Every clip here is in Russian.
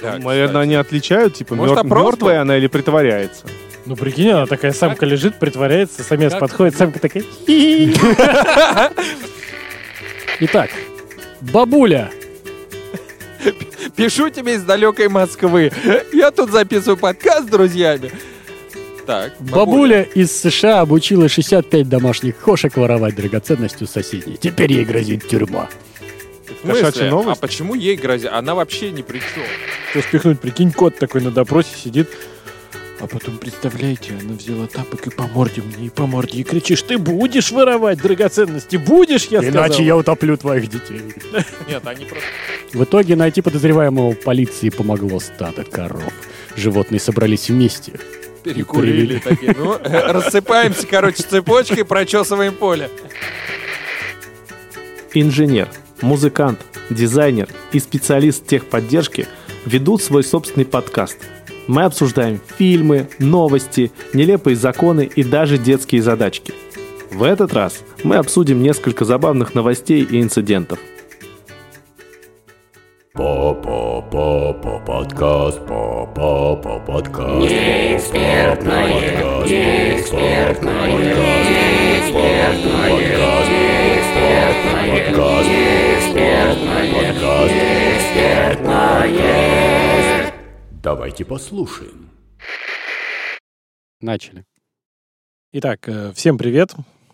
Да, Наверное, кстати. они отличают, типа, Может, опрос мертвая она или притворяется. Ну, прикинь, она такая самка лежит, притворяется, самец подходит, самка такая... Итак, бабуля. Пишу тебе из далекой Москвы. Я тут записываю подкаст с друзьями. Так, Бабуля из США обучила 65 домашних кошек воровать драгоценности у соседей. Теперь ей грозит тюрьма. В смысле? Кошачья новость? А почему ей грозит? Она вообще ни при чем. Что спихнуть, прикинь, кот такой на допросе сидит. А потом, представляете, она взяла тапок и по морде мне, и по морде, и кричишь: ты будешь воровать драгоценности? Будешь, я сказал? Иначе я утоплю твоих детей. Нет, они просто... В итоге найти подозреваемого полиции помогло стадо коров. Животные собрались вместе. Перекурили такие. Ну, рассыпаемся, короче, цепочкой, прочесываем поле. Инженер, музыкант, дизайнер и специалист техподдержки ведут свой собственный подкаст. Мы обсуждаем фильмы, новости, нелепые законы и даже детские задачки. В этот раз мы обсудим несколько забавных новостей и инцидентов. Подкаст. Давайте послушаем. Начали. Итак, всем привет.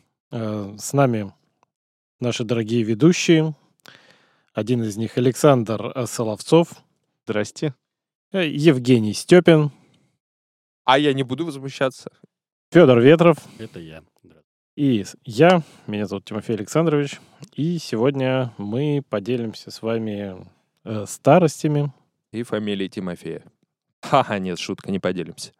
С нами наши дорогие ведущие. Один из них Александр Соловцов. Здрасте. Евгений Степин. А я не буду возмущаться. Федор Ветров. Это я. И я. Меня зовут Тимофей Александрович. И сегодня мы поделимся с вами старостями. И фамилия Тимофея. Ха-ха, нет, шутка, не поделимся.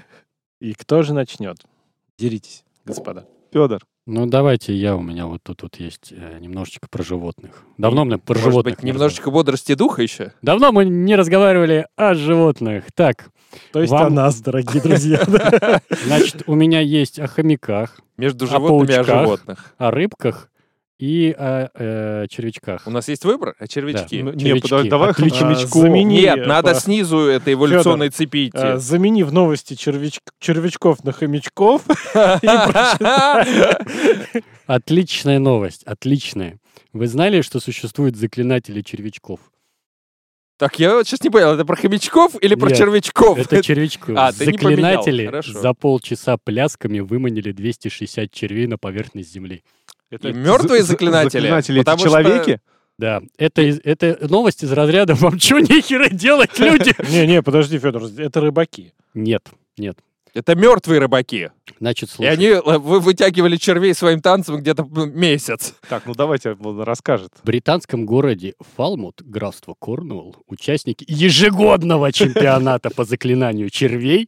И кто же начнет? Деритесь, господа. Федор. Ну, давайте у меня вот тут есть немножечко про животных. Давно мы про Может животных быть, немножечко бодрости духа еще? Давно мы не разговаривали о животных. Так, То есть Вам- о нас, дорогие друзья. значит, у меня есть о хомяках, Между О животными и о паучках. животных. о рыбках и о червячках. У нас есть выбор? А червячки? Да. Не, Червячки. давай Отлично. хомячков. Замени- Нет, надо по- снизу это эволюционной цепи идти. Замени в новости червячков на хомячков. И прочитай. Отличная новость, отличная. Вы знали, что существуют заклинатели червячков? Так, я вот сейчас не понял, это про хомячков или про Нет, червячков? Это червячков. А, ты не поменял, Заклинатели хорошо. за полчаса плясками выманили 260 червей на поверхность земли. И мертвые заклинатели? Заклинатели это Потому что- человеки? Да, это новость из разряда «Вам что, нехера делать, люди?» Не, подожди, Федор, это рыбаки. Нет. Это мертвые рыбаки. Значит, И слушай. они вытягивали червей своим танцем где-то месяц. Так, ну давайте он расскажет. В британском городе Фалмут, графство Корнуолл, участники ежегодного чемпионата по заклинанию червей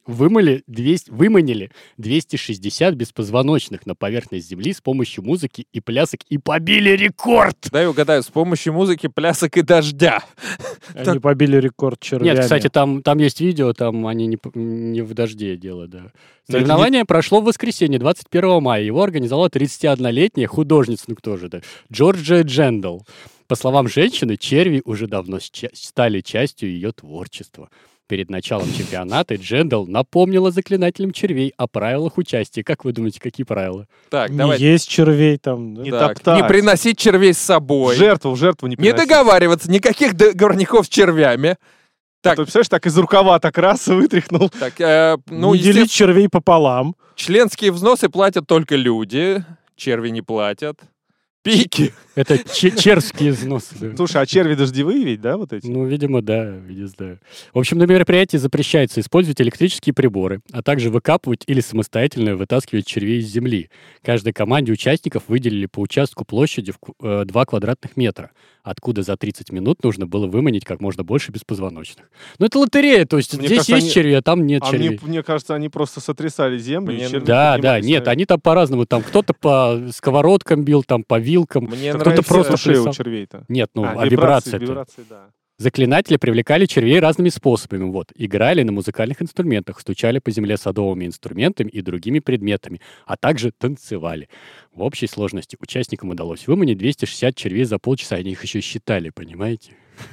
выманили 260 беспозвоночных на поверхность земли с помощью музыки и плясок и побили рекорд! Дай угадаю, с помощью музыки, плясок и дождя. Они побили рекорд червями. Нет, кстати, там есть видео, там они не в дожде дело, да. Но это Соревнование прошло в воскресенье, 21 мая. Его организовала 31-летняя художница, ну кто же это, Джорджия Джендал. По словам женщины, черви уже давно стали частью ее творчества. Перед началом чемпионата Джендал напомнила заклинателям червей о правилах участия. Как вы думаете, какие правила? Так, Не давай. есть червей там. да? Не Так, топтать. не приносить червей с собой. В жертву не Не приносить. договариваться, никаких договорников с червями. А Так. то, представляешь, так из рукава так раз и вытряхнул. Так, ну, Не делить червей пополам. членские взносы платят только люди, черви не платят. Пики. Это черские взносы. да. Слушай, а черви дождевые ведь, да, вот эти? Ну, видимо, да, не знаю. В общем, на мероприятии запрещается использовать электрические приборы, а также выкапывать или самостоятельно вытаскивать червей из земли. Каждой команде участников выделили по участку площадью в 2 квадратных метра, откуда за 30 минут нужно было выманить как можно больше беспозвоночных. Ну, это лотерея, то есть Мне здесь кажется, есть они- черви, а там нет червей. Мне кажется, они просто сотрясали землю. и Мне- черви Да, поднимались нет, наверх. они там по-разному. Там кто-то по сковородкам бил, там по вилкам. Мне Кто-то нравится... просто шею плясал. у червей-то. Нет, ну, А, вибрация. вибрации, да. Заклинатели привлекали червей разными способами. Вот. Играли на музыкальных инструментах, стучали по земле садовыми инструментами и другими предметами, а также танцевали. В общей сложности участникам удалось выманить 260 червей за полчаса. Они их еще считали, понимаете?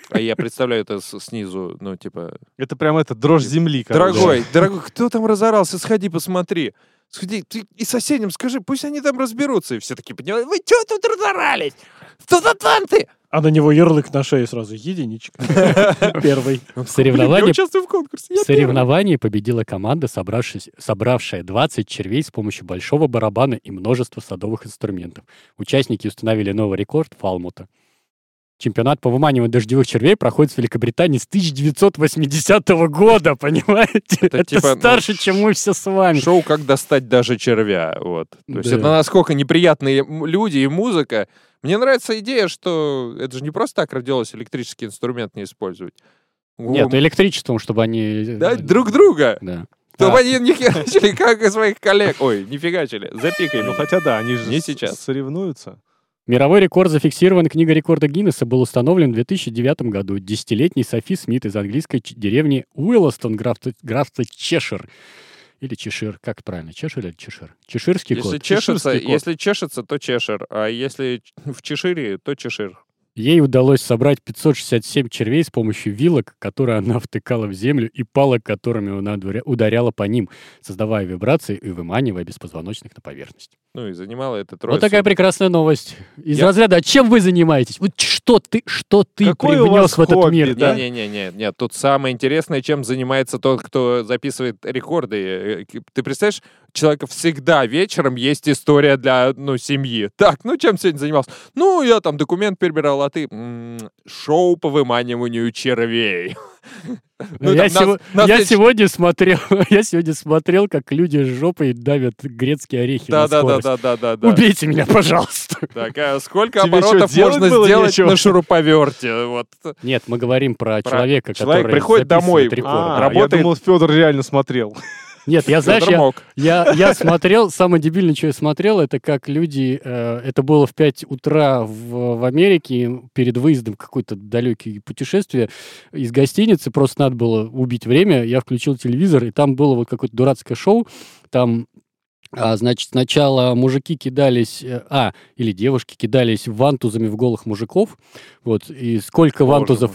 А я представляю это снизу, ну, типа... Это прям дрожь земли. короче. Дорогой, кто там разорался? Сходи, посмотри. Сходи, ты и соседям скажи, пусть они там разберутся. И все такие поднимают. Вы что тут разорались? Кто там ты? А на него ярлык на шее сразу. Единичка. Первый. Я участвую в конкурсе. В соревновании победила команда, собравшая 20 червей с помощью большого барабана и множества садовых инструментов. Участники установили новый рекорд Фалмута. Чемпионат по выманиванию дождевых червей проходит в Великобритании с 1980 года, понимаете? Это типа, старше, чем мы все с вами. Шоу «Как достать даже червя». Вот. То есть это насколько неприятные люди и музыка. Мне нравится идея, что это же не просто так родилось электрический инструмент не использовать. Нет, электричеством, чтобы они... Да, друг друга. Да. Чтобы они не херачили, как и своих коллег. Ой, не фигачили. Запикай. Ну хотя да, они же не сейчас соревнуются. Мировой рекорд зафиксирован. Книга рекорда Гиннесса был установлен в 2009 году. 10-летний Софи Смит из английской деревни Уиллостон, графство Чешир. Или Чешир, как правильно, Чешир или Чешир? Чеширский кот. Если чешется, то Чешир, а если в Чешире, то Чешир. Ей удалось собрать 567 червей с помощью вилок, которые она втыкала в землю, и палок, которыми она ударяла по ним, создавая вибрации и выманивая беспозвоночных на поверхность. Ну и занимала это трое. Вот такая прекрасная новость. Из разряда, а чем вы занимаетесь? Вот что ты привнес в этот мир? Да? Не, тут самое интересное, чем занимается тот, кто записывает рекорды. Ты представляешь, у человека всегда вечером есть история для, семьи. Так, чем сегодня занимался? Я там документ перебирал, а ты шоу по выманиванию червей. Я сегодня смотрел, как люди с жопой давят грецкие орехи на скорость. Да. Убейте меня, пожалуйста. Так, а сколько оборотов можно сделать на шуруповерте? Вот. Нет, мы говорим про человека, который приходит домой, работает. Я думал, Федор реально смотрел. Нет, я смотрел, самое дебильное, что я смотрел, это как люди, это было в 5 утра в Америке, перед выездом в какое-то далекое путешествие из гостиницы, просто надо было убить время, я включил телевизор, и там было вот какое-то дурацкое шоу, там, значит, сначала мужики кидались, или девушки кидались вантузами в голых мужиков, вот, и сколько вантусов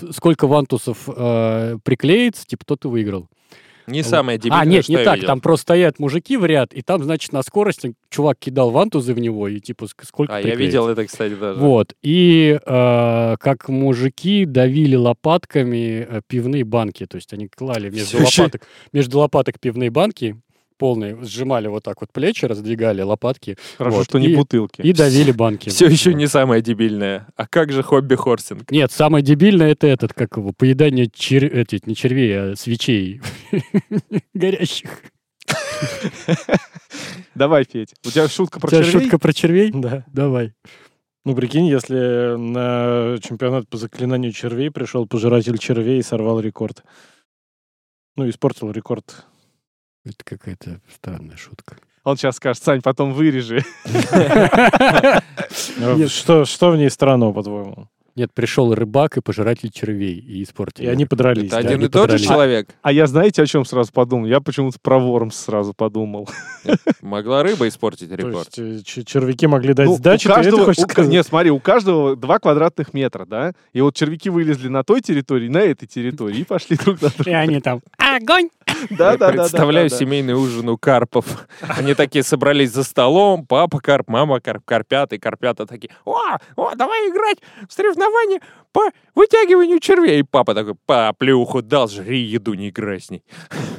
приклеится, типа, тот и выиграл. Не самое дебильное, нет, что не я так. видел. Там просто стоят мужики в ряд, и там, значит, на скорости чувак кидал вантузы в него, и типа сколько я видел это, кстати, даже. Вот. И как мужики давили лопатками пивные банки. То есть они клали между лопаток пивные банки полные, сжимали вот так вот плечи, раздвигали лопатки. Хорошо, что не бутылки. И давили банки. Все еще не самое дебильное. А как же хобби-хорсинг? Нет, самое дебильное это поедание не червей, а свечей горящих. Давай, Федь. У тебя шутка про червей? Шутка про червей? Да, давай. Прикинь, если на чемпионат по заклинанию червей пришел пожиратель червей и сорвал рекорд. Испортил рекорд. Это какая-то странная шутка. Он сейчас скажет: Сань, потом вырежи. Что в ней странного, по-твоему? Нет, пришел рыбак и пожиратель червей и испортил. И они подрались. Это один и тот же человек? А я знаете, о чем сразу подумал? Я почему-то про Вормс сразу подумал. Могла рыба испортить рекорд? То есть червяки могли дать сдачу? Нет, смотри, у каждого 2 квадратных метра, да? И вот червяки вылезли на той территории, на этой территории, и пошли друг на друга. И они там: огонь! Я представляю семейный ужин у карпов. Они такие собрались за столом, папа карп, мама карп, карпята, и карпята такие: давай играть в соревнования по вытягиванию червей. И папа такой: плюху дал, жри еду, не играй с ней.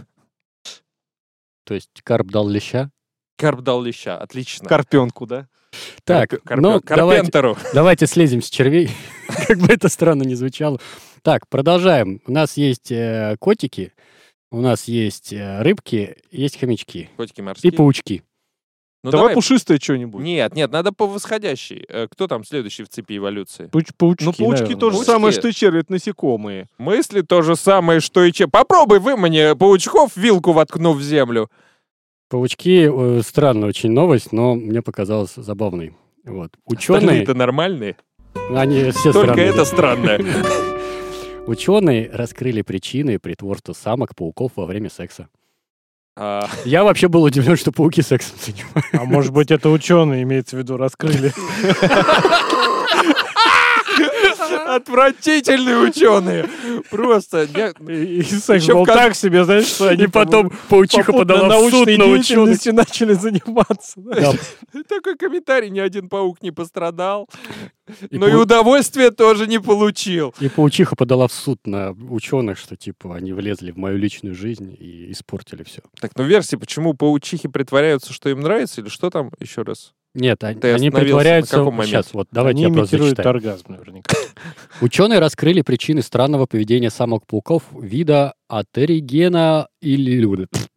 То есть карп дал леща? Карп дал леща, отлично. Карпенку, да? Так, карпентеру. Давайте слезем с червей, как бы это странно ни звучало. Так, продолжаем. У нас есть котики, у нас есть рыбки, есть хомячки. Котики морские. И паучки. Давай пушистое что-нибудь. Нет, надо по восходящей. Кто там следующий в цепи эволюции? Паучки, паучки то же самое, что и черви, это насекомые. Мысли то же самое, что и черви. Попробуй вымани паучков, вилку воткнув в землю. Паучки, странная очень новость, но мне показалось забавной. Вот. Ученые... Это нормальные? Они все Только странные. это странное. Ученые раскрыли причины притворства самок пауков во время секса. Я вообще был удивлен, что пауки сексом занимаются. А может быть, это ученые, имеется в виду, раскрыли. Отвратительные ученые. Просто. И секс был так себе, знаешь, что они потом паучиха подала в суд научной на ученых. деятельностью начали заниматься. Такой комментарий, ни один паук не пострадал. Но и удовольствия тоже не получил. И паучиха подала в суд на ученых, что типа они влезли в мою личную жизнь и испортили все. Так, ну версии, почему паучихи притворяются, что им нравится, или что там еще раз? Нет, они притворяются... На каком моменте? Сейчас, вот давайте я Они просто имитируют зачитаю. оргазм наверняка. Ученые раскрыли причины странного поведения самок-пауков вида Атеригена или...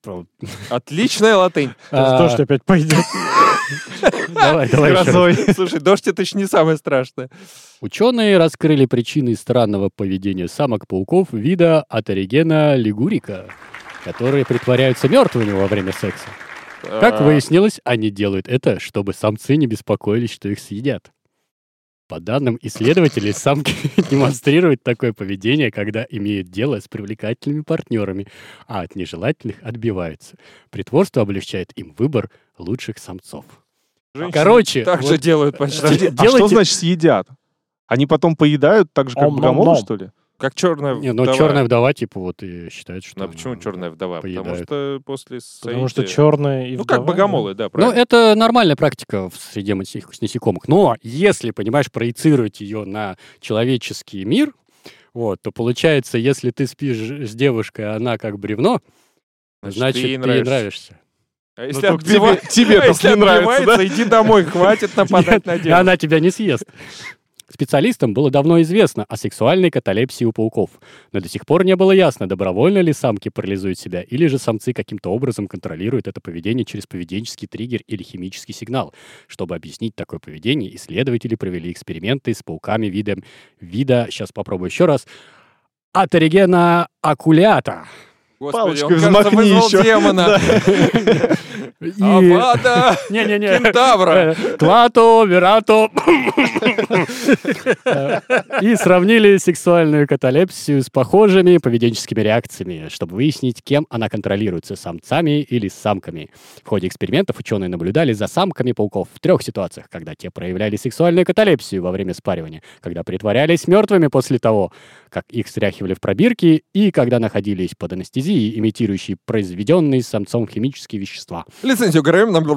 Отличная латынь. Дождь опять пойдет. Давай еще раз. Грозой. Слушай, дождь — это еще не самое страшное. Ученые раскрыли причины странного поведения самок-пауков вида Атеригена лигурика, которые притворяются мертвыми во время секса. Как выяснилось, они делают это, чтобы самцы не беспокоились, что их съедят. По данным исследователей, самки демонстрируют такое поведение, когда имеют дело с привлекательными партнерами, а от нежелательных отбиваются. Притворство облегчает им выбор лучших самцов. Женщины Короче, так вот- же делают почти. Подожди, а что Делайте- значит съедят? Они потом поедают так же, как богомолы, что ли? Как черная Не, ну вдова. черная вдова, типа, вот и считает, что... Ну, а почему черная вдова? Потому поедают. что после Потому что соития- черная и Ну, как вдова, богомолы, да, Ну, правильно. это нормальная практика в среде насекомых. Но если, понимаешь, проецировать ее на человеческий мир, вот, то получается, если ты спишь с девушкой, а она как бревно, значит, ты ей нравишься. А если только обзывает- тебе а только если не нравится, обнимается, иди домой, хватит нападать на И девушку. она тебя не съест. Специалистам было давно известно о сексуальной каталепсии у пауков, но до сих пор не было ясно, добровольно ли самки парализуют себя, или же самцы каким-то образом контролируют это поведение через поведенческий триггер или химический сигнал. Чтобы объяснить такое поведение, исследователи провели эксперименты с пауками вида, сейчас попробую еще раз, Атеригена акулята. Господи, он, Палочкой кажется, взмахни вызвал еще. демона. И... Авада! Не-не-не. Кентавра! Клато, верато. И сравнили сексуальную каталепсию с похожими поведенческими реакциями, чтобы выяснить, кем она контролируется, самцами или самками. В ходе экспериментов ученые наблюдали за самками пауков в 3 ситуациях, когда те проявляли сексуальную каталепсию во время спаривания, когда притворялись мертвыми после того, как их стряхивали в пробирки, и когда находились под анестезией, имитирующей произведенные самцом химические вещества. Лицензию ГРМ нам...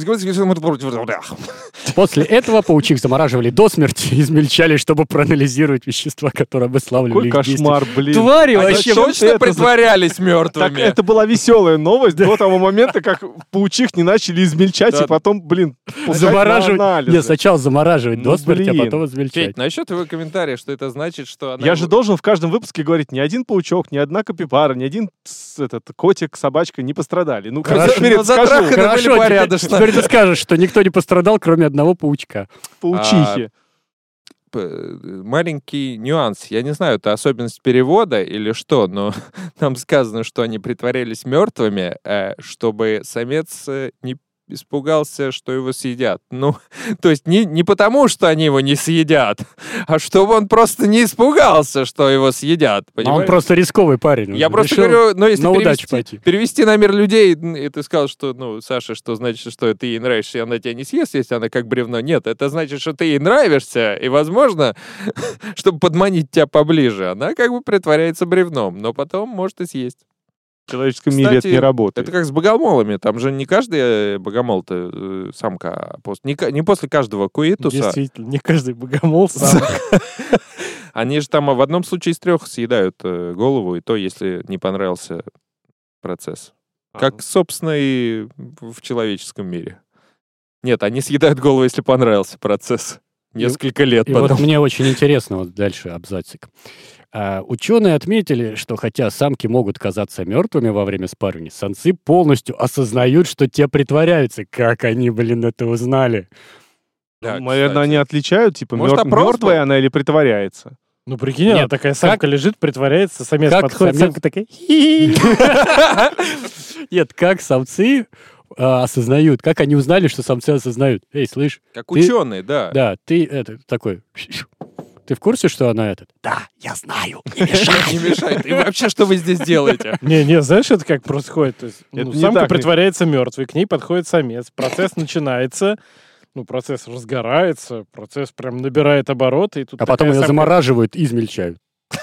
После этого паучих замораживали до смерти и измельчали, чтобы проанализировать вещества, которые обуславливали Какой их действия. кошмар, блин. Твари Они вообще! точно это притворялись Так мертвыми. это была веселая новость до того момента, как паучих не начали измельчать, Да. и потом, блин, пускать Замораживать. на анализы. Нет, сначала замораживать Ну, до смерти, а блин. потом измельчать. Федь, насчет твоего комментария, что это значит, что она... Я же должен в каждом выпуске говорить, ни один паучок, ни одна капибара, ни один котик, собачка не пострадали. Ну, Хорошо, теперь но это скажу, затраханы были Хорошо, порядочно. теперь ты скажешь, что никто не пострадал, кроме одного паучка. паучихи. Маленький нюанс. Я не знаю, это особенность перевода или что, но там сказано, что они притворялись мертвыми, чтобы самец не испугался, что его съедят. Ну, то есть не потому, что они его не съедят, а чтобы он просто не испугался, что его съедят. А он Понимаешь? просто рисковый парень. Я Он просто решил говорю, ну, если на удачу пойти. перевести на мир людей, и ты сказал, что, ну, Саша, что значит, что ты ей нравишься, и она тебя не съест, если она как бревно. Нет, это значит, что ты ей нравишься, и, возможно, чтобы подманить тебя поближе, она как бы притворяется бревном, но потом может и съесть. В человеческом мире это Кстати, не работает. Это как с богомолами. Там же не каждый богомол-то самка, а не после каждого куитуса. Действительно, не каждый богомол сам. Они же там в одном случае из 3 съедают голову, и то, если не понравился процесс. Как, собственно, и в человеческом мире. Нет, они съедают голову, если понравился процесс. Несколько лет И потом. вот мне очень интересно, вот дальше абзацик. Ученые отметили, что хотя самки могут казаться мертвыми во время спаривания, самцы полностью осознают, что те притворяются. Как они, блин, это узнали? Да, Наверное, кстати. они отличают, типа, Может, опрос был? мертвая она или притворяется. Ну, прикинь, она Нет, такая самка лежит, притворяется, самец как подходит, самец? самка такая... Нет, как самцы осознают, как они узнали, что самцы осознают. Эй, слышь, Как Ты- ученые, да. да, ты такой... Ты в курсе, что она этот? Да, я знаю, не мешай. Не мешает. И вообще, что вы здесь делаете? Не, знаешь, это как происходит? То есть, Это ну, не самка так, притворяется мертвой, к ней подходит самец, процесс начинается, процесс разгорается, процесс прям набирает обороты. И тут А потом ее самка... замораживают и измельчают.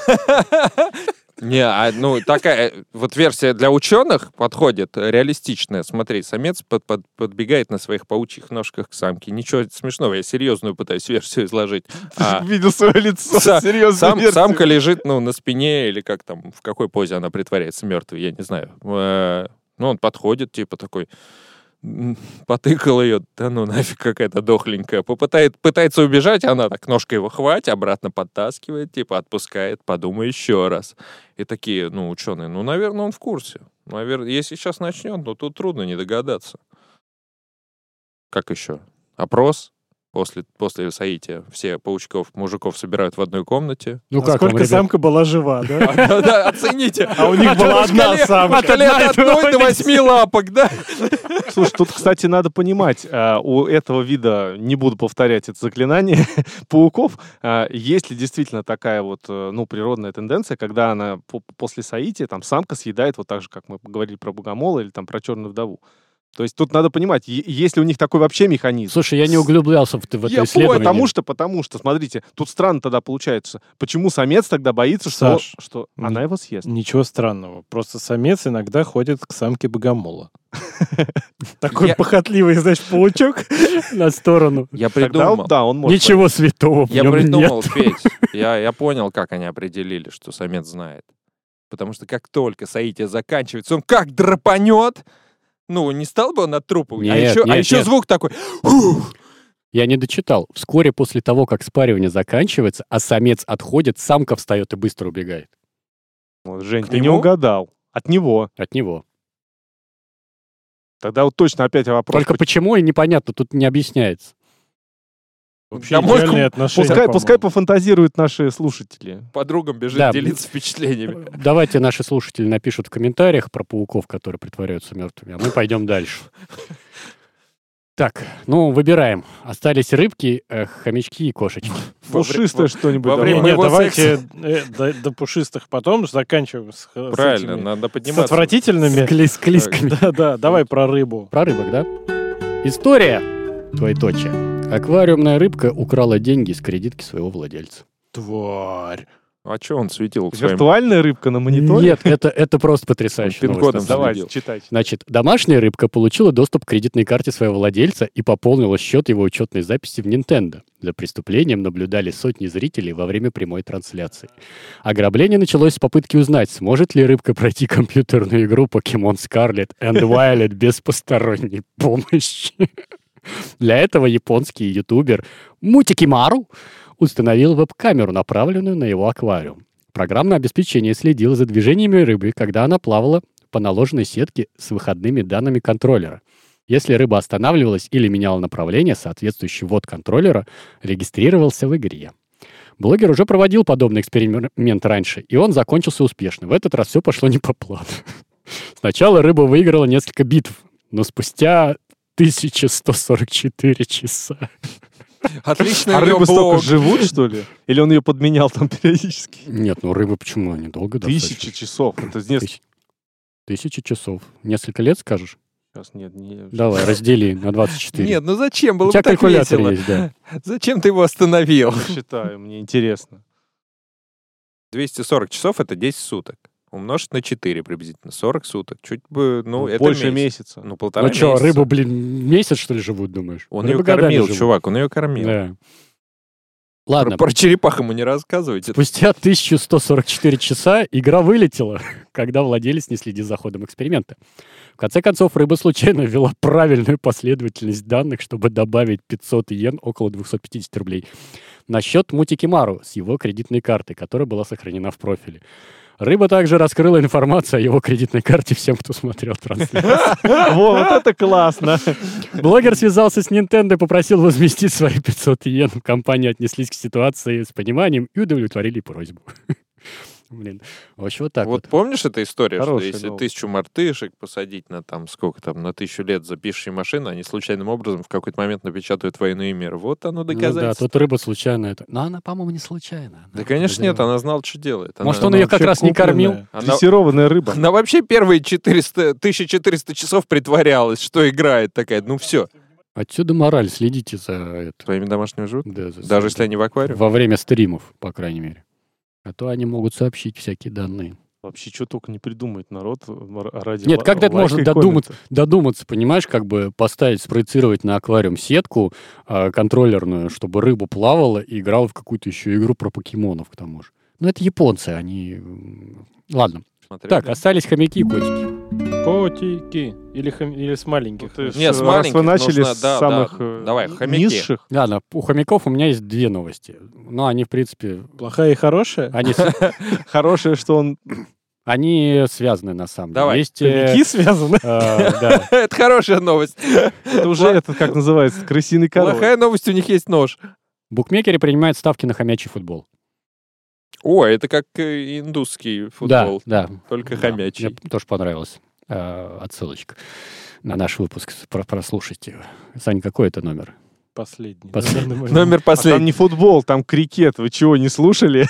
Не, такая вот версия для ученых подходит, реалистичная. Смотри, самец подбегает на своих паучьих ножках к самке. Ничего смешного, я серьезную пытаюсь версию изложить. Видел свое лицо, серьезную версию. Самка лежит, на спине или как там, в какой позе она притворяется мертвой, я не знаю. Он подходит, типа такой... Потыкал ее, да ну нафиг, какая-то дохленькая. Пытается убежать, она так ножкой его хватит, обратно подтаскивает, типа отпускает, подумай еще раз. И такие, ученые, наверное, он в курсе. Наверное, если сейчас начнет, тут трудно не догадаться. Как еще? Опрос. После соития все мужиков собирают в одной комнате. Сколько самка была жива, да? Да, оцените. А у них была одна самка. От 1 до 8 лапок, да? Слушай, тут, кстати, надо понимать, у этого вида, не буду повторять это заклинание, пауков, есть ли действительно такая вот, природная тенденция, когда она после соития, там, самка съедает, вот так же, как мы говорили про богомола или там про черную вдову. То есть тут надо понимать, есть ли у них такой вообще механизм. Слушай, я не углублялся в это исследование. Потому что, смотрите, тут странно тогда получается, почему самец тогда боится, Саш, что она его съест. Ничего странного. Просто самец иногда ходит к самке богомола. Такой похотливый, знаешь, паучок на сторону. Я придумал. Да, он может. Ничего святого в Я нем придумал, нет. Петь. Я понял, как они определили, что самец знает. Потому что как только соитие заканчивается, он как драпанет. Не стал бы он от трупа? Нет, а еще звук такой. Я не дочитал. Вскоре после того, как спаривание заканчивается, а самец отходит, самка встает и быстро убегает. Жень, ты не угадал. От него. От него. Тогда вот точно опять вопрос. Только почему, и непонятно, тут не объясняется. Вообще идеальные отношения, Пускай пофантазируют наши слушатели. Подругам бежит Да. делиться впечатлениями. Давайте наши слушатели напишут в комментариях про пауков, которые притворяются мертвыми, а мы пойдем дальше. Так, выбираем. Остались рыбки, хомячки и кошечки. Пушистое что-нибудь. во время давай. давайте до пушистых потом заканчиваем с Правильно, этими, надо с подниматься. отвратительными. С клисками. Да, давай про рыбу. Про рыбок, да? История. Двоеточие. Аквариумная рыбка украла деньги с кредитки своего владельца. Тварь. А что он светил своим Виртуальная рыбка на мониторе? Нет, это просто потрясающая Пин-кодом новость. на самом Давай, следил. читай. Значит, домашняя рыбка получила доступ к кредитной карте своего владельца и пополнила счет его учетной записи в Nintendo. За преступлением наблюдали сотни зрителей во время прямой трансляции. Ограбление началось с попытки узнать, сможет ли рыбка пройти компьютерную игру Pokemon Scarlet and Violet без посторонней помощи. Для этого японский ютубер Мутикимару установил веб-камеру, направленную на его аквариум. Программное обеспечение следило за движениями рыбы, когда она плавала по наложенной сетке с выходными данными контроллера. Если рыба останавливалась или меняла направление, соответствующий ввод контроллера регистрировался в игре. Блогер уже проводил подобный эксперимент раньше, и он закончился успешно. В этот раз все пошло не по плану. Сначала рыба выиграла несколько битв, но спустя 1144 часа. Отлично. А рыбы столько живут, что ли? Или он ее подменял там периодически? Нет, рыбы почему? Они долго достаточно. 1000 часов. Это несколько... 1000 часов. Несколько лет, скажешь? Сейчас нет, не... Давай, раздели на 24. Нет, зачем? Было У тебя бы так калькулятор весело. есть, да. Зачем ты его остановил? Считаю, мне интересно. 240 часов — это 10 суток. Умножить на 4 приблизительно. 40 суток. Чуть бы, это больше месяц. месяца. Полтора Ну что, месяца. рыбу, месяц, что ли, живут, думаешь? Он Рыбы ее годами кормил, живут. чувак, он ее кормил. Да. Ладно, Про черепах ему не рассказывайте. спустя 1144 часа игра вылетела, когда владелец не следил за ходом эксперимента. В конце концов, рыба случайно ввела правильную последовательность данных, чтобы добавить 500 йен, около 250 рублей, на счет Мутикимару с его кредитной карты, которая была сохранена в профиле. Рыба также раскрыла информацию о его кредитной карте всем, кто смотрел трансляцию. Вот это классно. Блогер связался с Nintendo и попросил возместить свои 500 йен. В компании отнеслись к ситуации с пониманием и удовлетворили просьбу. Блин, в общем, вот так вот. Вот помнишь эту историю, Хорошая что если новость. 1000 мартышек посадить на на 1000 лет запишущие машины, они случайным образом в какой-то момент напечатают «Войну и мир». Вот оно Ну да, доказательство. тут рыба случайно это. Но она, по-моему, не случайно. Да, конечно, нет, она знала, что делает. Может, Она- он ее как вообще раз не кормил? купленная. она- Дрессированная рыба. Она вообще первые 1400 часов притворялась, что играет такая. Ну все. Отсюда мораль, следите за это. Твоими домашними живут? Да, Даже если они в аквариуме? Во время стримов, по крайней мере. А то они могут сообщить всякие данные. Вообще, что только не придумает народ ради Нет, как это лайка можно и додуматься, понимаешь, как бы поставить, спроецировать на аквариум сетку контроллерную, чтобы рыба плавала и играла в какую-то еще игру про покемонов, к тому же. Ну, это японцы, они... Ладно. Смотрели? Так, остались хомяки и котики. Котики. Или с маленьких. Ну, то есть, Нет, с раз маленьких вы начали нужно, с да, самых давай, хомяки. низших. Ладно, у хомяков у меня есть две новости. Но они, в принципе... Плохая и хорошая? Хорошее, что он... Они связаны, на самом деле. Давай. Есть, Хомяки связаны? да. Это хорошая новость. Это уже, это как называется, крысиный король. Плохая новость, у них есть нож. Букмекеры принимают ставки на хомячий футбол. О, это как индусский футбол. Да. Только Да. хомячий. Мне тоже понравилась отсылочка на наш выпуск. Прослушайте. Сань, какой это номер? Последний. Последний. Номер А там последний. не футбол, там крикет. Вы чего, не слушали?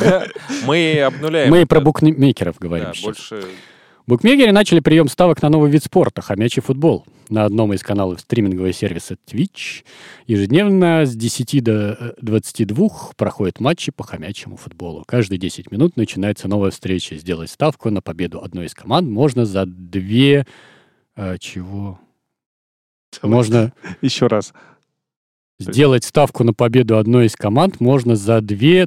Мы обнуляем. Мы это. про букмекеров говорим Да, сейчас. больше... Букмекеры начали прием ставок на новый вид спорта – хомячий футбол. На одном из каналов стримингового сервиса Twitch ежедневно с 10 до 22 проходят матчи по хомячьему футболу. Каждые 10 минут начинается новая встреча. Сделать ставку на победу одной из команд можно за 2... чего? Можно... Еще раз. Сделать ставку на победу одной из команд можно за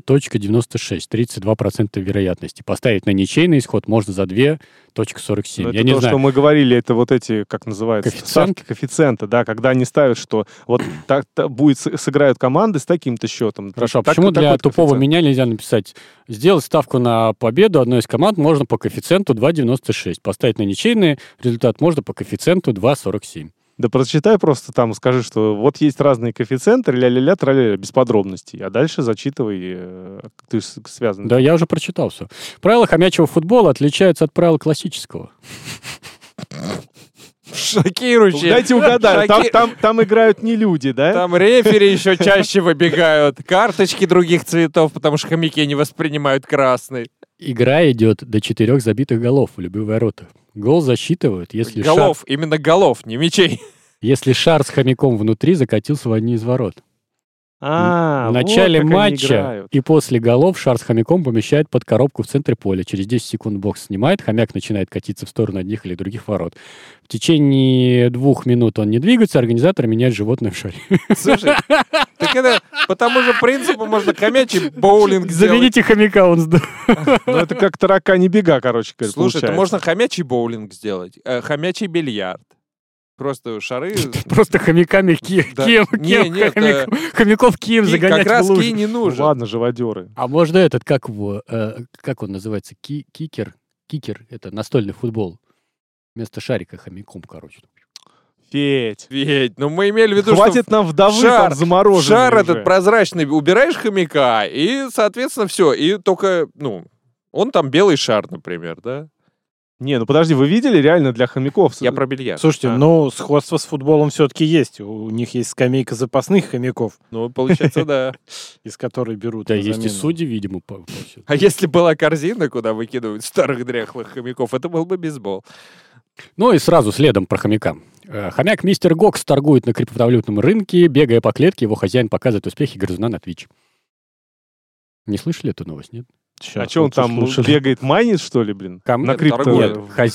2.96, 32% вероятности. Поставить на ничейный исход можно за 2.47. Это Я не то, знаю. что мы говорили, это вот эти, как называется, Коэффициент? ставки коэффициента, да, когда они ставят, что вот так будет сыграют команды с таким-то счетом. Хорошо, а Так- почему для такой-то тупого коэффициент. меня нельзя написать сделать ставку на победу одной из команд можно по коэффициенту 2.96. Поставить на ничейный результат можно по коэффициенту 2.47. Да прочитай просто там, скажи, что вот есть разные коэффициенты, ля-ля-ля, тра-ля-ля, без подробностей. А дальше зачитывай, ты связан. Да, я уже прочитал все. Правила хомячего футбола отличаются от правил классического. Шокирующие. Дайте угадаю, там играют не люди, да? Там рефери еще чаще выбегают. Карточки других цветов, потому что хомяки не воспринимают красный. Игра идет до 4 забитых голов в любые ворота. Гол засчитывают, если Голов, именно голов, не мячей. если шар с хомяком внутри закатился в одни из ворот. В начале вот как они матча играют. и после голов шар с хомяком помещают под коробку в центре поля. Через 10 секунд бокс снимает, хомяк начинает катиться в сторону одних или других ворот. В течение 2 минут он не двигается, организатор меняет животное в шаре. Слушай, так это по тому же принципу можно хомячий боулинг сделать. Замените хомяка, он сдох. Ну, это как таракани бега, короче говоря, Слушай, это получается. можно хомячий боулинг сделать, хомячий бильярд. Просто шары... Просто хомяками Да. Не, нет, хомяков кием загонять как раз в лужу. кий не Ну, нужен. ладно, живодеры. А можно этот, как его, как он называется, кикер? Кикер, это настольный футбол. Вместо шарика хомяком, короче. Федь, Ведь, ну мы имели в виду, хватит что нам вдовы шар- там замороженные шар уже. этот прозрачный, убираешь хомяка, и, соответственно, все. И только, он там белый шар, например, да? Не, ну подожди, вы видели реально для хомяков? Я про бильярд. Слушайте, А. ну, сходство с футболом все-таки есть. У них есть скамейка запасных хомяков, Ну, получается, да. из которой берут Да, на есть и замену. судьи, видимо, А если была корзина, куда выкидывают старых дряхлых хомяков, это был бы бейсбол. Ну и сразу следом про хомяка. Хомяк Мистер Гокс торгует на криптовалютном рынке, бегая по клетке, его хозяин показывает успехи грызуна на Twitch. Не слышали эту новость, нет? А что он там бегает, майнит, что ли, блин? Ком- На крипто... торгует.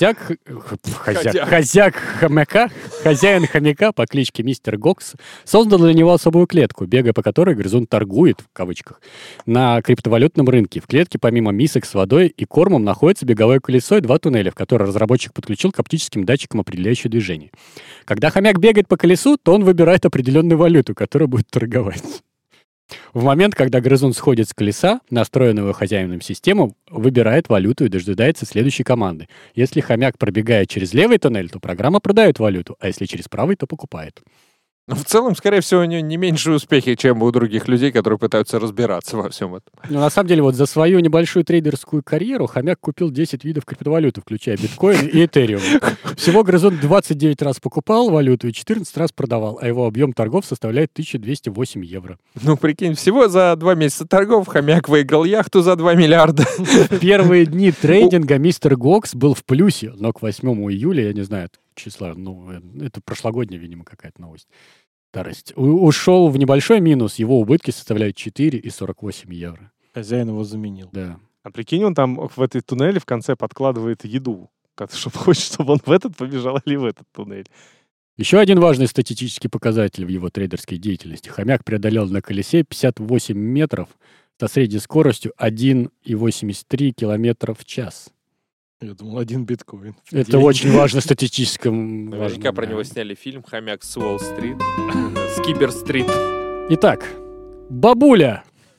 Хозяин хомяка по кличке Мистер Гокс создал для него особую клетку, бегая по которой грызун торгует, в кавычках, на криптовалютном рынке. В клетке помимо мисок с водой и кормом находится беговое колесо и 2 туннеля, в которые разработчик подключил к оптическим датчикам, определяющие движение. Когда хомяк бегает по колесу, то он выбирает определенную валюту, которую будет торговать. В момент, когда грызун сходит с колеса, настроенного хозяином систему выбирает валюту и дожидается следующей команды. Если хомяк пробегает через левый туннель, то программа продает валюту, а если через правый, то покупает. Но в целом, скорее всего, у него не меньшие успехи, чем у других людей, которые пытаются разбираться во всем этом. Но на самом деле, вот за свою небольшую трейдерскую карьеру хомяк купил 10 видов криптовалюты, включая биткоин и этериум. Всего грызун 29 раз покупал валюту и 14 раз продавал, а его объем торгов составляет 1208 евро. Ну, прикинь, всего за 2 месяца торгов хомяк выиграл яхту за 2 миллиарда. В первые дни трейдинга мистер Гокс был в плюсе, но к 8 июля, я не знаю числа, ну, это прошлогодняя, видимо, какая-то новость. старость. Ушел в небольшой минус, его убытки составляют 4,48 евро. Хозяин его заменил. Да. А прикинь, он там в этой туннеле в конце подкладывает еду. Чтобы хочет, чтобы он в этот побежал или в этот туннель. Еще один важный статистический показатель в его трейдерской деятельности. Хомяк преодолел на колесе 58 метров со средней скоростью 1,83 километра в час. Я думал, 1 биткоин. Это очень важно статистическом. Наверняка про него сняли фильм «Хомяк с Уолл-стрит», с Кибер-стрит. Итак, бабуля.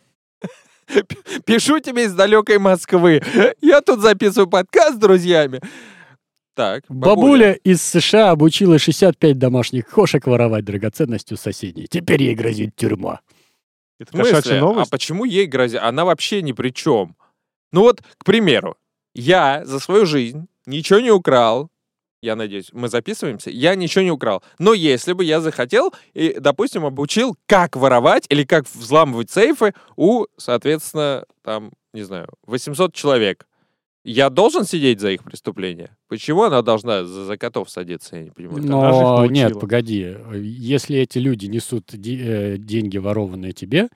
Пишу тебе из далекой Москвы. Я тут записываю подкаст с друзьями. Так, Бабуля из США обучила 65 домашних кошек воровать драгоценности у соседей. Теперь ей грозит тюрьма. Это В смысле? кошачья новость? А почему ей грозит? Она вообще ни при чем. Ну вот, к примеру, я за свою жизнь ничего не украл. Я надеюсь, мы записываемся. Я ничего не украл. Но если бы я захотел и, допустим, обучил, как воровать или как взламывать сейфы у, соответственно, там, не знаю, 800 человек, я должен сидеть за их преступления? Почему она должна за котов садиться? Я не понимаю. Она же их Но научила. нет, погоди. Если эти люди несут деньги, ворованные тебе,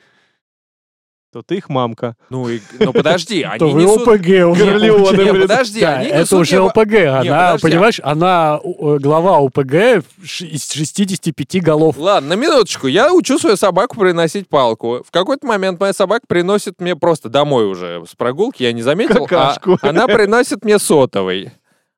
То ты их мамка. Ну подожди, они То вы несут... ОПГ уже. Горлеоны, Не, блин. подожди, да, они это несут уже мне- ОПГ. Она, подожди. понимаешь, она глава ОПГ из 65 голов. Ладно, на минуточку. Я учу свою собаку приносить палку. В какой-то момент моя собака приносит мне просто домой уже с прогулки, я не заметил, Какашку. она приносит мне сотовый.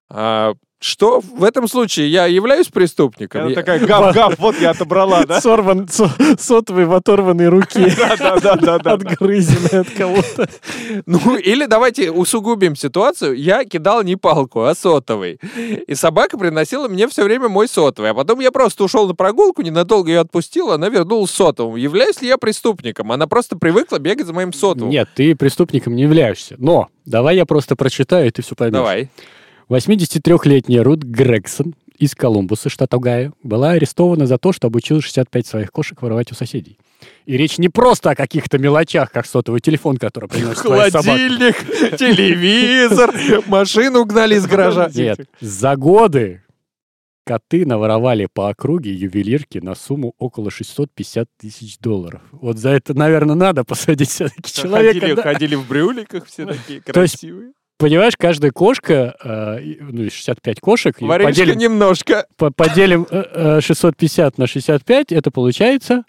Что в этом случае? Я являюсь преступником? Она такая, гав-гав, вот я отобрала, да? Сорван, сотовый в оторванной руке. Да-да-да. Отгрызенный от кого-то. Ну, или давайте усугубим ситуацию. Я кидал не палку, а сотовый. И собака приносила мне все время мой сотовый. А потом я просто ушел на прогулку, ненадолго ее отпустил, она вернулась с сотовым. Являюсь ли я преступником? Она просто привыкла бегать за моим сотовым. Нет, ты преступником не являешься. Но давай я просто прочитаю, и ты все поймешь. Давай. 83-летняя Рут Грегсон из Колумбуса, штат Огайо, была арестована за то, что обучила 65 своих кошек воровать у соседей. И речь не просто о каких-то мелочах, как сотовый телефон, который приносит твоя собака. Холодильник, телевизор, машину гнали из гаража. Нет, за годы коты наворовали по округе ювелирки на сумму около 650 тысяч долларов. Вот за это, наверное, надо посадить все-таки человека. да. Ходили в брюликах все такие То есть, красивые. Понимаешь, каждая кошка, 65 кошек, и Вареничка немножко. поделим 650 на 65, это получается...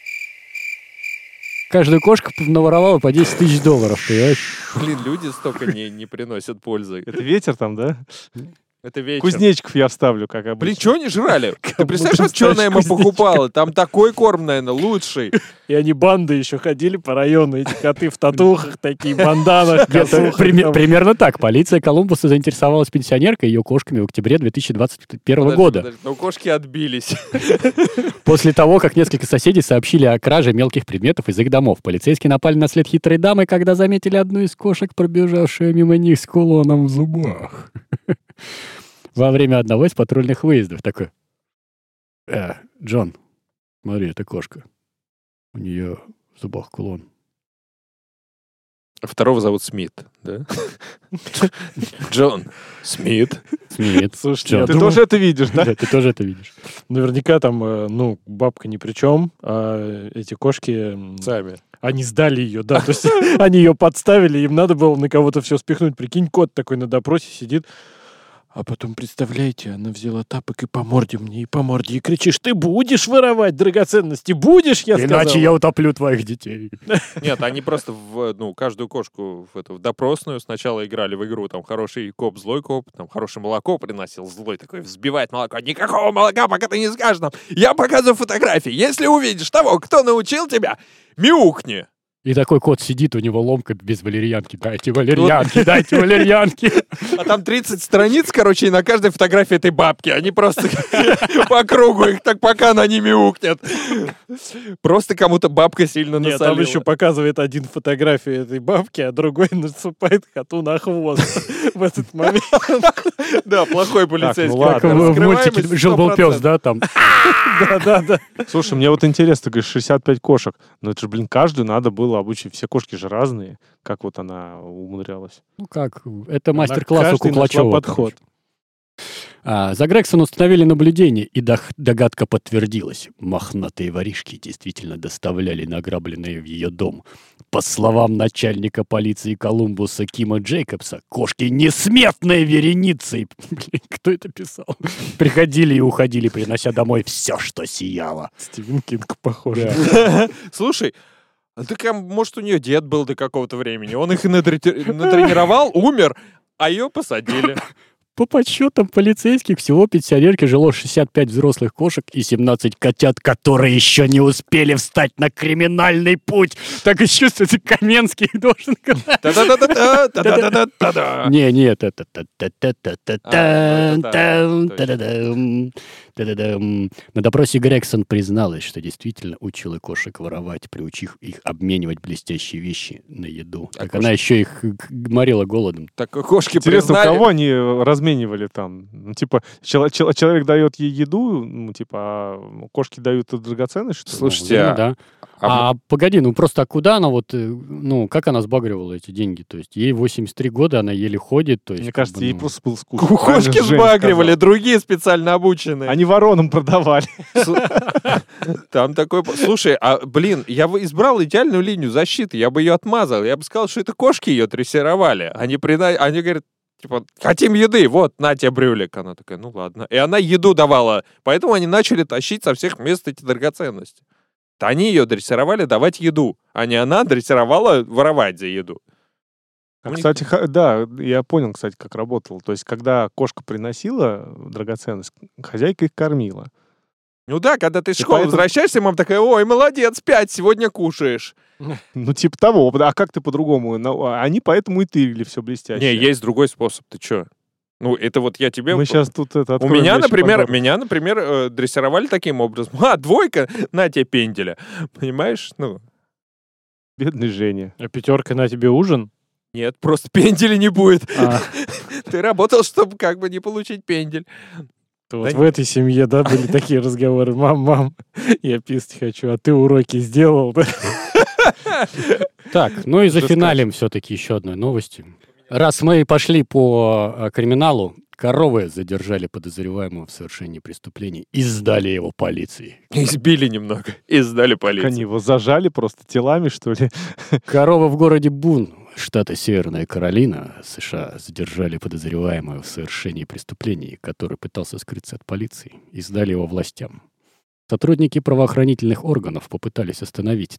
Каждая кошка наворовала по 10 тысяч долларов, понимаешь? Блин, люди столько не приносят пользы. Это ветер там, да? Это вечер. Кузнечиков я вставлю, как обычно. Блин, что они жрали? Ты Кому представляешь, что представишь черная ему кузнечика? покупала? Там такой корм, наверное, лучший. И они банды еще ходили по району, эти коты в татухах, такие банданах, косухах. там. Примерно так. Полиция Колумбуса заинтересовалась пенсионеркой и ее кошками в октябре 2021 года. Подожди, но кошки отбились. После того, как несколько соседей сообщили о краже мелких предметов из их домов. Полицейские напали на след хитрой дамы, когда заметили одну из кошек, пробежавшую мимо них с кулоном в зубах. Во время одного из патрульных выездов. Такой, Джон, смотри, это кошка. У нее в зубах кулон. Второго зовут Смит, да? Джон Смит. Смит. Слушайте, я Ты думаю, тоже это видишь, да? Да, ты тоже это видишь. наверняка там, бабка ни при чем, а эти кошки, Сами. они сдали ее, да, то есть они ее подставили, им надо было на кого-то все спихнуть. Прикинь, кот такой на допросе сидит, а потом, представляете, она взяла тапок и по морде мне, и кричишь, ты будешь воровать драгоценности, будешь, я сказал. Иначе я утоплю твоих детей. Нет, они просто каждую кошку в допросную сначала играли в игру, там хороший коп, злой коп, там хорошее молоко приносил, злой такой взбивает молоко. Никакого молока, пока ты не скажешь нам. Я показываю фотографии. Если увидишь того, кто научил тебя, мяукни. И такой кот сидит, у него ломка без валерьянки. Дайте валерьянки, дайте валерьянки. А там 30 страниц, короче, и на каждой фотографии этой бабки. Они просто по кругу их так, пока она не мяукнет. Просто кому-то бабка сильно Нет, насолила. там еще показывает один фотографию этой бабки, а другой наступает коту на хвост в этот момент. Да, плохой полицейский. ну ладно. Как в мультике Раскрываемость «Жил-был пес», 100%. да, там. Да-да-да. Слушай, мне вот интересно, ты говоришь, 65 кошек. Но это же, блин, каждую надо было обучить. Все кошки же разные. Как вот она умудрялась? Ну как, это мастер-класс у Каждый нашла Куклачева. подход. За Грегсон установили наблюдение, и догадка подтвердилась. Мохнатые воришки действительно доставляли награбленные в ее дом. По словам начальника полиции Колумбуса Кима Джейкобса, кошки несметной вереницей, кто это писал, приходили и уходили, принося домой все, что сияло. Стивен Кинг похож. Слушай, так, может, у нее дед был до какого-то времени. Он их и натренировал, умер, а ее посадили. По подсчетам полицейских, всего в пенсионерке жило 65 взрослых кошек и 17 котят, которые еще не успели встать на криминальный путь. Так и чувствуется, Каменский должен... Нет, это... На допросе Грегсон призналась, что действительно учила кошек воровать, приучив их обменивать блестящие вещи на еду. Так она еще их морила голодом. Так кошки Интересно, признали... кого они разменивали там? Ну, типа, человек дает ей еду, ну, типа, а кошки дают драгоценность, что ли? Слушайте, да. Погоди, просто куда она как она сбагривала эти деньги? То есть ей 83 года, она еле ходит. То есть, мне кажется, ей просто было скучно. Кошки сбагривали, другие специально обученные. Они воронам продавали. Там такой... Слушай, я бы избрал идеальную линию защиты, я бы ее отмазал. Я бы сказал, что это кошки ее дрессировали. Они говорят, типа, хотим еды, вот, на тебе брюлик. Она такая, ну ладно. И она еду давала. Поэтому они начали тащить со всех мест эти драгоценности. Они ее дрессировали давать еду, а не она дрессировала воровать за еду. Кстати, да, я понял, кстати, как работало. То есть, когда кошка приносила драгоценность, хозяйка их кормила. Ну да, когда ты из школы возвращаешься, мама такая, ой, молодец, 5 сегодня кушаешь. Ну, типа того. А как ты по-другому? Они поэтому и тырили все блестящее. Не, есть другой способ, ты чё? Ну, это вот я тебе... Мы сейчас тут это У меня, например, дрессировали таким образом. Двойка, на тебе пенделя. Понимаешь? Бедный Женя. А 5 на тебе ужин? Нет, просто пенделя не будет. Ты работал, чтобы как бы не получить пендель. Вот в этой семье, да, были такие разговоры. Мам, я писать хочу, а ты уроки сделал, да? Так, и зафиналим все-таки еще одной новостью. Раз мы пошли по криминалу, коровы задержали подозреваемого в совершении преступлений и сдали его полиции. Избили немного и сдали полиции. Они его зажали просто телами, что ли? Коровы в городе Бун, штата Северная Каролина, США, задержали подозреваемого в совершении преступлений, который пытался скрыться от полиции, и сдали его властям. Сотрудники правоохранительных органов попытались остановить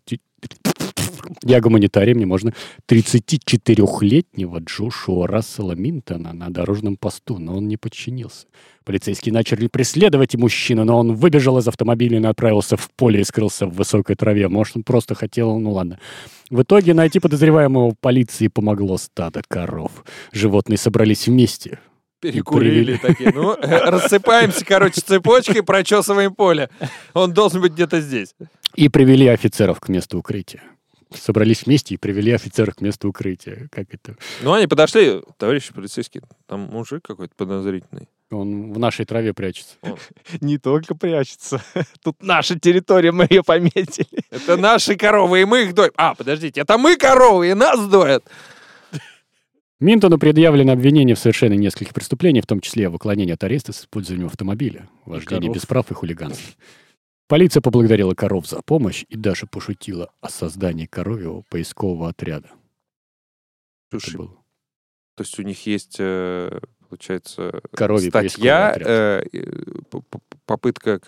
34-летнего Джошуа Рассела Минтона на дорожном посту, но он не подчинился. Полицейские начали преследовать мужчину, но он выбежал из автомобиля и отправился в поле и скрылся в высокой траве. Может, он просто хотел... Ну ладно. В итоге найти подозреваемого полиции помогло стадо коров. Животные собрались вместе. Перекурили такие. Рассыпаемся, цепочкой, прочесываем поле. Он должен быть где-то здесь. И привели офицеров к месту укрытия. Собрались вместе и привели офицеров к месту укрытия. Как это? Они подошли, товарищи полицейские, там мужик какой-то подозрительный. Он в нашей траве прячется. Не только прячется. Тут наша территория, мы ее пометили. Это наши коровы, и мы их доим. Подождите, это мы коровы, и нас доят. Минтону предъявлено обвинение в совершении нескольких преступлений, в том числе в уклонении от ареста с использованием автомобиля, вождении без прав и хулиганстве. Полиция поблагодарила коров за помощь и даже пошутила о создании коровьего поискового отряда. Слушай, то есть у них есть, получается, коровий статья, попытка,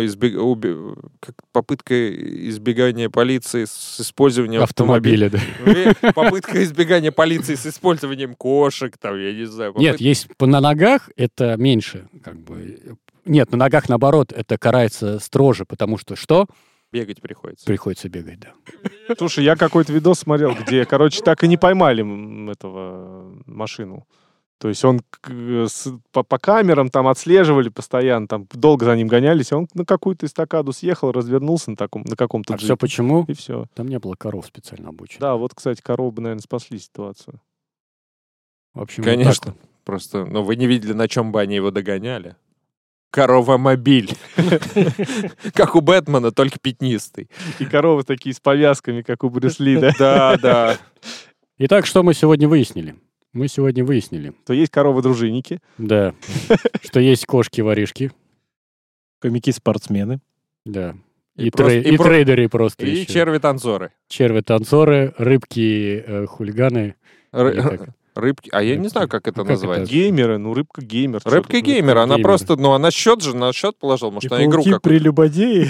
попытка избегания полиции с использованием автомобиля. Да. Попытка избегания полиции с использованием кошек, я не знаю. Нет, есть на ногах это меньше, Нет, на ногах, наоборот, это карается строже, потому что что? Бегать приходится. Приходится бегать, да. Слушай, я какой-то видос смотрел, где, так и не поймали машину. То есть он по камерам там отслеживали постоянно, там долго за ним гонялись, он на какую-то эстакаду съехал, развернулся на каком-то джипе. Все почему? И все. Там не было коров специально обученных. Да, кстати, коровы бы, наверное, спасли ситуацию. В общем, конечно. Просто, вы не видели, на чем бы они его догоняли. Корова-мобиль. Как у Бэтмена, только пятнистый. И коровы такие с повязками, как у Брюс Ли, да? Да. Итак, что мы сегодня выяснили? Мы сегодня выяснили. То есть коровы-дружинники. Да. Что есть кошки-воришки. Хомяки-спортсмены. Да. И И трейдеры просто И еще. черви-танцоры. Черви-танцоры, рыбки-хулиганы. Рыбки. А я не знаю, как это Как называется. Геймеры, геймер. Рыбка-геймер. Она Геймер. просто, она счет же на счет положила. Может, на игру какую-то. прелюбодеи.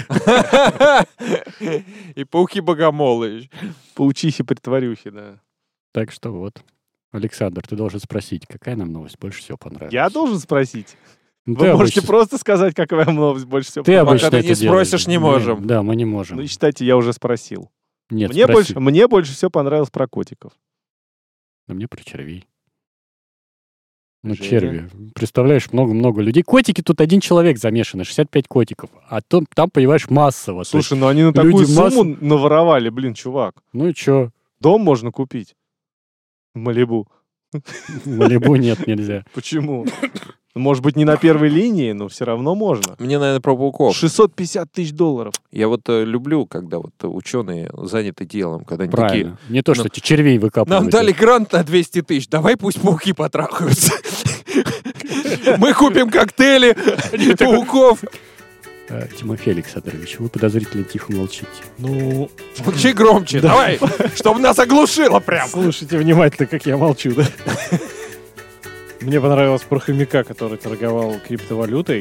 И пауки-богомолы. Паучихи-притворюхи, да. Так что вот. Александр, ты должен спросить, какая нам новость больше всего понравилась? Я должен спросить? Ну, Вы ты можете обычно- просто сказать, какая вам новость больше всего Ты понравилась. обычно Пока ты это не спросишь, делаешь. не можем. Да, мы не можем. Ну, считайте, я уже спросил. Нет, Мне спроси. больше всего понравилось про котиков. А мне про червей. Ну, Женя? черви. Представляешь, много-много людей. Котики, тут один человек замешан, 65 котиков. А там понимаешь, массово. То Слушай, ну они на люди такую сумму массу- наворовали, блин, чувак. есть, ну и чё? Дом можно купить в Малибу. В Малибу нет, нельзя. Почему? Может быть, не на первой линии, но все равно можно. Мне, наверное, про пауков. 650 тысяч долларов. Я вот люблю, когда вот ученые заняты делом, когда они такие... Правильно. Не то, что червей выкапывают. Нам дали грант на 200 тысяч, давай пусть пауки потрахаются. Мы купим коктейли пауков. Тимофей Александрович, вы подозрительно тихо молчите. Ну, Молчи громче, давай, чтобы нас оглушило прям. слушайте внимательно, как я молчу, да? Мне понравилось про хомяка, который торговал криптовалютой.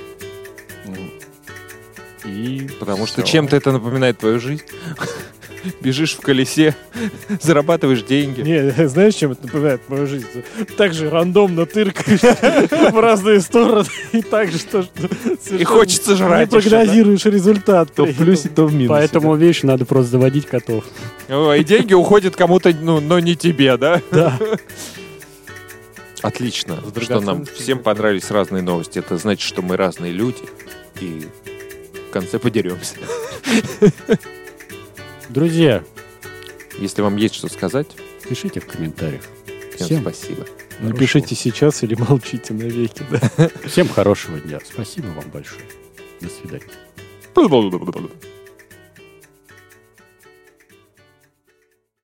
И Потому что всё. чем-то это напоминает твою жизнь. Бежишь в колесе, зарабатываешь деньги. Не, знаешь, чем это напоминает мою жизнь? Так же рандомно тыркаешь в разные стороны, и так же что И хочется жрать не еще, прогнозируешь результат. То в плюсе, то в минусе. Поэтому, видишь, надо просто заводить котов. И деньги уходят кому-то, но не тебе, да? Да. Отлично, С что нам драгоценностями. всем понравились разные новости. Это значит, что мы разные люди. И в конце подеремся. Друзья, Если вам есть что сказать, пишите в комментариях. всем Всем, спасибо. Напишите сейчас или молчите навеки. Да. всем хорошего дня. Спасибо вам большое. До свидания. Хорошо.